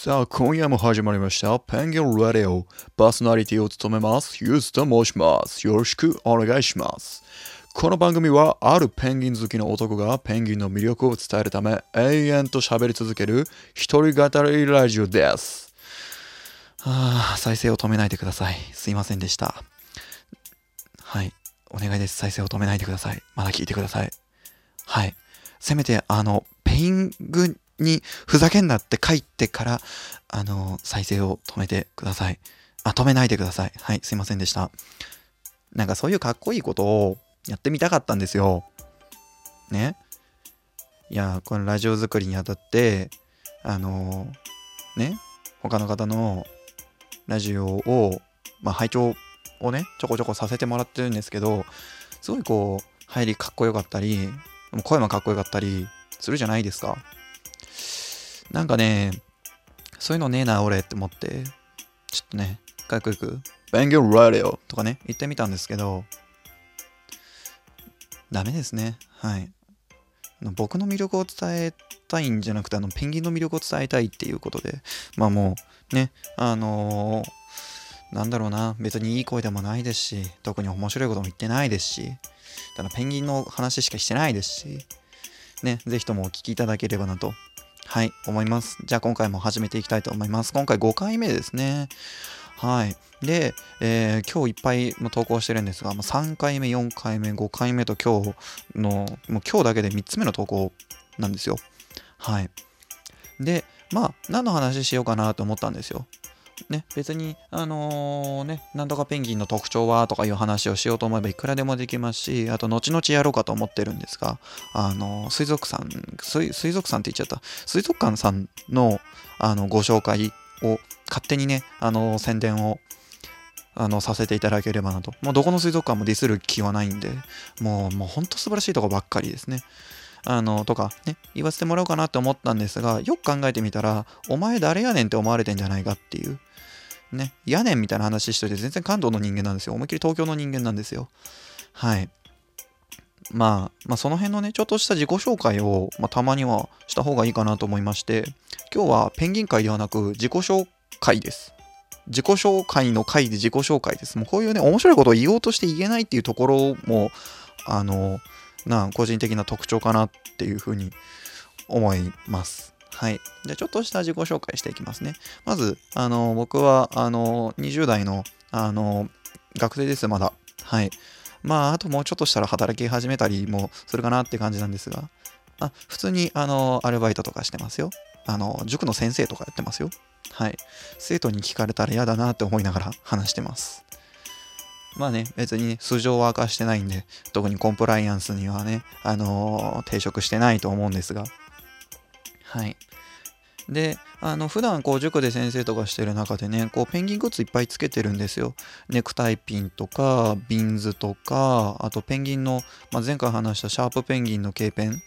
さあ、今夜も始まりました。ペンギンラディオ。パーソナリティを務めます。ユースと申します。よろしくお願いします。この番組は、あるペンギン好きの男がペンギンの魅力を伝えるため、永遠と喋り続ける一人語りラジオです。再生を止めないでください。すいませんでした。はい。お願いです。再生を止めないでください。まだ聞いてください。はい。せめて、ペングンにふざけんなって書いてから、再生を止めてください。止めないでください。はい、すいませんでした。なんかそういうかっこいいことをやってみたかったんですよ。ね。いや、このラジオ作りにあたって、他の方のラジオを、拝聴をね、ちょこちょこさせてもらってるんですけど、すごいこう、入りかっこよかったり、声もかっこよかったりするじゃないですか。なんかね、そういうのねえな俺って思って、ちょっとね、かっこよくペンギンラディオとかね、言ってみたんですけど、ダメですね。はい。僕の魅力を伝えたいんじゃなくて、ペンギンの魅力を伝えたいっていうことで、もうね、なんだろうな、別にいい声でもないですし、特に面白いことも言ってないですし、ただペンギンの話しかしてないですし、ね、ぜひともお聞きいただければなと、はい、思います。じゃあ今回も始めていきたいと思います。今回5回目ですね。はい。で、今日いっぱい投稿してるんですが、3回目、4回目、5回目と今日の、もう今日だけで3つ目の投稿なんですよ。はい。で、何の話しようかなと思ったんですよ。ね、別に、なんとかペンギンの特徴はとかいう話をしようと思えばいくらでもできますし、あと、後々やろうかと思ってるんですが、水族館って言っちゃった。水族館さんの、ご紹介を勝手にね、宣伝をさせていただければなと。もうどこの水族館もディスる気はないんで、もうほんと素晴らしいとこばっかりですね。とかね、言わせてもらおうかなって思ったんですが、よく考えてみたら、お前誰やねんって思われてんじゃないかっていう。ね、やねんみたいな話しといて全然関東の人間なんですよ。思いっきり東京の人間なんですよ。はい。その辺のね、ちょっとした自己紹介を、たまにはした方がいいかなと思いまして、今日はペンギン会ではなく自己紹介です。自己紹介の回で自己紹介です。もうこういうね、面白いことを言おうとして言えないっていうところも、個人的な特徴かなっていうふうに思います。はい。じゃあちょっとした自己紹介していきますね。まず、僕は、20代の、学生です、まだ。はい。あともうちょっとしたら働き始めたりもするかなって感じなんですが、普通に、アルバイトとかしてますよ。塾の先生とかやってますよ。はい。生徒に聞かれたら嫌だなって思いながら話してます。別にね、素性は明かしてないんで、特にコンプライアンスにはね、抵触してないと思うんですが、はい。で、普段こう塾で先生とかしてる中でね、こうペンギングッズいっぱいつけてるんですよ。ネクタイピンとか、ビンズとか、あとペンギンの、前回話したシャープペンギンの K ペン。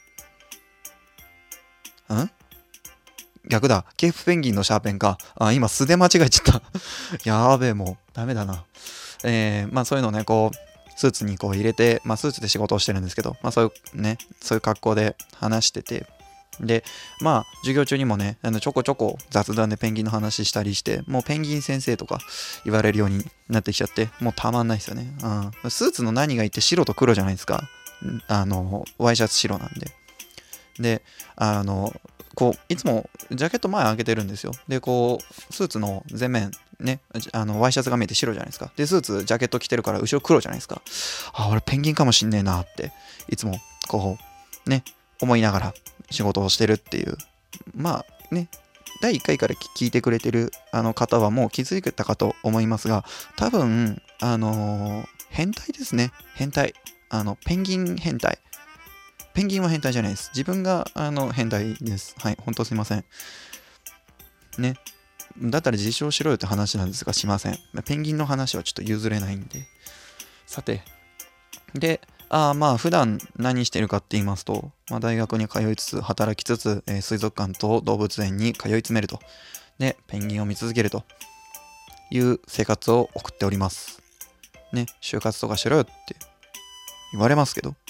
逆だ。ケープペンギンのシャーペンか。今素で間違えちゃった。やーべえ、もうダメだな。そういうのね、こう、スーツにこう入れて、スーツで仕事をしてるんですけど、そういう格好で話してて、で、授業中にもね、ちょこちょこ雑談でペンギンの話したりして、もうペンギン先生とか言われるようになってきちゃって、もうたまんないですよね。スーツの何がいいって白と黒じゃないですか。ワイシャツ白なんで。で、こう、いつもジャケット前開けてるんですよ。で、こう、スーツの前面、ね、ワイシャツが見えて白じゃないですか。で、スーツ、ジャケット着てるから後ろ黒じゃないですか。俺ペンギンかもしんねえなって、いつも、こう、ね、思いながら仕事をしてるっていう。第1回から聞いてくれてる方はもう気づいたかと思いますが、多分、変態ですね。変態。ペンギン変態。ペンギンは変態じゃないです。自分が変態です。はい、本当すいません。ね。だったら自称しろよって話なんですが、しません。ペンギンの話はちょっと譲れないんで。さて。で、普段何してるかって言いますと、大学に通いつつ、働きつつ、水族館と動物園に通い詰めると。で、ペンギンを見続けるという生活を送っております。ね、就活とかしろよって言われますけど、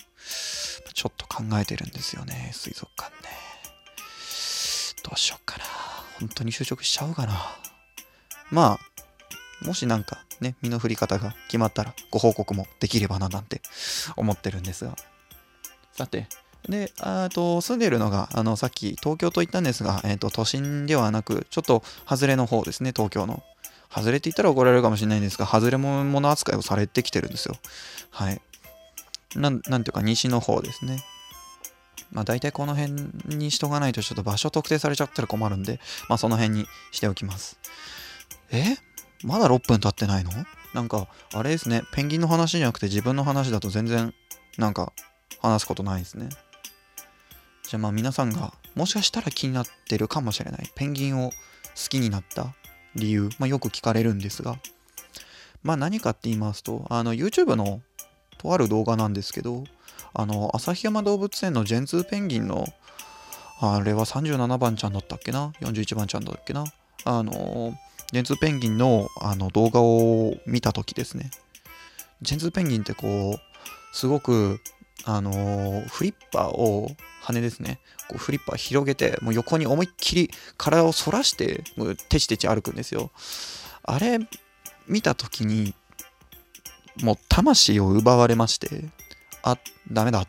ちょっと考えてるんですよね、水族館ね。どうしよっかな。 本当に就職しちゃうかな。まあもしなんかね、身の振り方が決まったらご報告もできればななんて思ってるんですが、さて、で、住んでいるのがさっき東京と言ったんですが、都心ではなくちょっと外れの方ですね。東京の外れって言ったら怒られるかもしれないんですが、外れ物扱いをされてきてるんですよ。はい。なんていうか西の方ですね。まあ大体この辺にしとかないとちょっと場所特定されちゃったら困るんで、まあその辺にしておきます。まだ6分経ってないの？なんかあれですね、ペンギンの話じゃなくて自分の話だと全然なんか話すことないですね。じゃあまあ皆さんがもしかしたら気になってるかもしれないペンギンを好きになった理由、まあよく聞かれるんですが、まあ何かって言いますと、YouTube のとある動画なんですけど、旭山動物園のジェンツーペンギンの、あれは37番ちゃんだったっけな、41番ちゃんだっけな、ジェンツーペンギンの動画を見たときですね。ジェンツーペンギンってこうすごくフリッパーを羽ですね、こうフリッパー広げてもう横に思いっきり体を反らしてもうテチテチ歩くんですよ。あれ見たときにもう魂を奪われまして、ダメだって、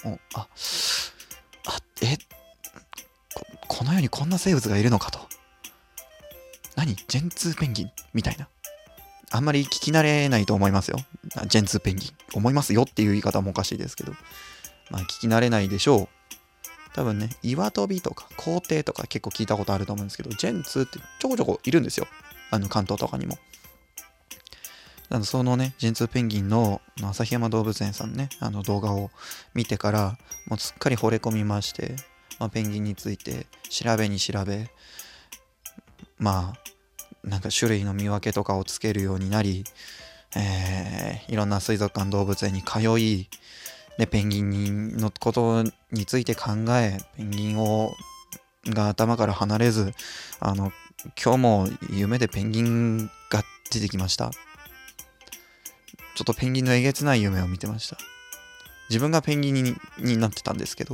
もうこの世にこんな生物がいるのかと。何ジェンツーペンギンみたいな。あんまり聞き慣れないと思いますよ。ジェンツーペンギン。思いますよっていう言い方もおかしいですけど。まあ聞き慣れないでしょう。多分ね、岩飛びとか皇帝とか結構聞いたことあると思うんですけど、ジェンツーってちょこちょこいるんですよ。関東とかにも。そのね、ジェンツーペンギンの旭山動物園さんね、動画を見てから、もうすっかり惚れ込みまして、ペンギンについて調べ、まあ、なんか種類の見分けとかをつけるようになり、いろんな水族館動物園に通い、でペンギンのことについて考え、ペンギンが頭から離れず、今日も夢でペンギンが出てきました。ちょっとペンギンのえげつない夢を見てました。自分がペンギンになってたんですけど、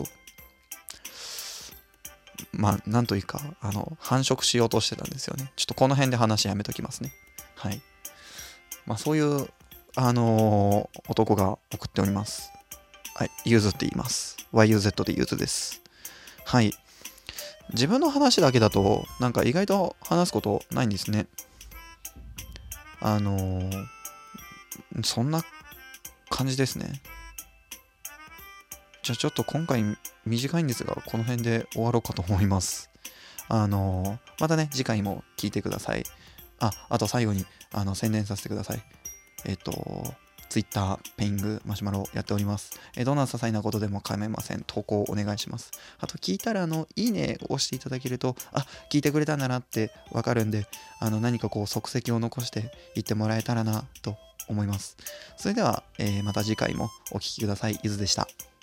まあなんというか繁殖しようとしてたんですよね。ちょっとこの辺で話やめときますね。はい。まあそういう男が送っております。はい、ユズって言います。YUZ でユズです。はい。自分の話だけだとなんか意外と話すことないんですね。そんな感じですね。じゃあちょっと今回短いんですが、この辺で終わろうかと思います。またね、次回も聞いてください。あと最後に宣伝させてください。Twitter、ペイング、マシュマロやっております。どんな些細なことでも構いません。投稿お願いします。あと聞いたらいいねを押していただけると、聞いてくれたんだなってわかるんで、何かこう足跡を残していってもらえたらなと思います。それでは、また次回もお聞きください。ゆずでした。